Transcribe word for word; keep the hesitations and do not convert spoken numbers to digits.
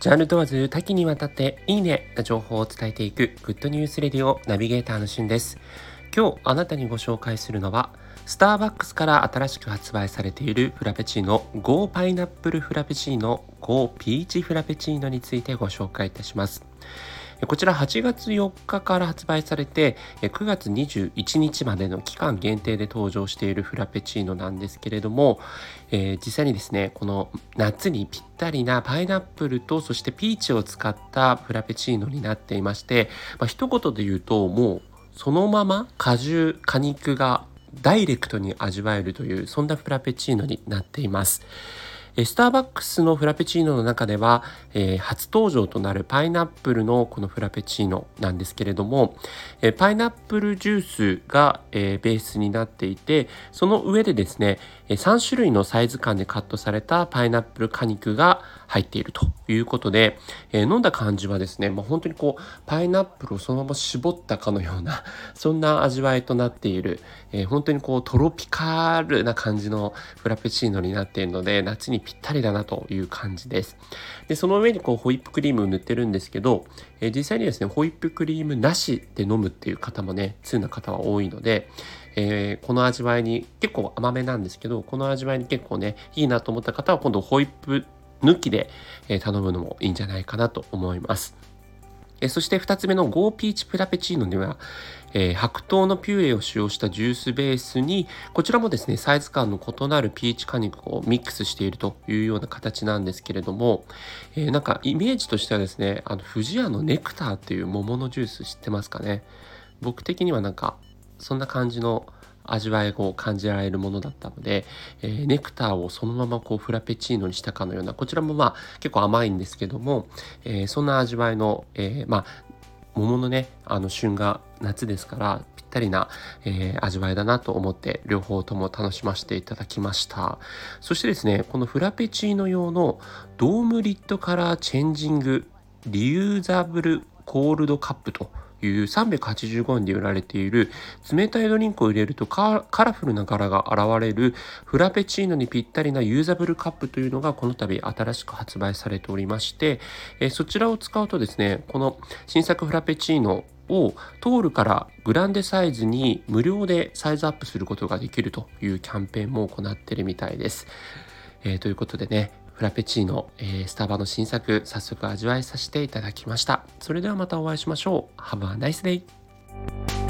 ジャンル問わず多岐にわたっていいねな情報を伝えていくグッドニュースレディオナビゲーターのしゅんです。今日あなたにご紹介するのはスターバックスから新しく発売されているフラペチーノ Go パイナップルフラペチーノ Go ピーチフラペチーノについてご紹介いたします。こちらはちがつよっかから発売されてくがつにじゅういちにちまでの期間限定で登場しているフラペチーノなんですけれども、えー、実際にですねこの夏にぴったりなパイナップルとそしてピーチを使ったフラペチーノになっていまして、まあ、一言で言うともうそのまま果汁果肉がダイレクトに味わえるというそんなフラペチーノになっています。スターバックスのフラペチーノの中では、えー、初登場となるパイナップルのこのフラペチーノなんですけれども、えー、パイナップルジュースが、えー、ベースになっていて、その上でですねさんしゅるいのサイズ感でカットされたパイナップル果肉が入っているということで、えー、飲んだ感じはですね、まあ、本当にこうパイナップルをそのまま絞ったかのようなそんな味わいとなっている、えー、本当にこうトロピカルな感じのフラペチーノになっているので夏にぴったりだなという感じです。でその上にこうホイップクリームを塗ってるんですけど、えー、実際にですねホイップクリームなしで飲むっていう方もね通な方は多いので、えー、この味わいに結構甘めなんですけどこの味わいに結構ねいいなと思った方は今度ホイップ抜きで、えー、頼むのもいいんじゃないかなと思います。えー、そしてふたつめの Go ピーチフラペチーノには、えー、白桃のピューレを使用したジュースベースにこちらもですねサイズ感の異なるピーチ果肉をミックスしているというような形なんですけれども、えー、なんかイメージとしてはですねあの不二家のネクターっていう桃のジュース知ってますかね。僕的にはなんかそんな感じの味わいを感じられるものだったので、えー、ネクターをそのままこうフラペチーノにしたかのようなこちらもまあ結構甘いんですけども、えー、そんな味わいの、えー、まあ桃のねあの旬が夏ですからぴったりな、えー、味わいだなと思って両方とも楽しませていただきました。そしてですねこのフラペチーノ用のドームリッドカラーチェンジングリユーザブルコールドカップというさんびゃくはちじゅうごえんで売られている冷たいドリンクを入れるとカラフルな柄が現れるフラペチーノにぴったりなユーザブルカップというのがこの度新しく発売されておりまして、えそちらを使うとですねこの新作フラペチーノをトールからグランデサイズに無料でサイズアップすることができるというキャンペーンも行っているみたいです。えー、ということでねフラペチーノ、えー、スタバの新作早速味わいさせていただきました。それではまたお会いしましょう。Have a nice day!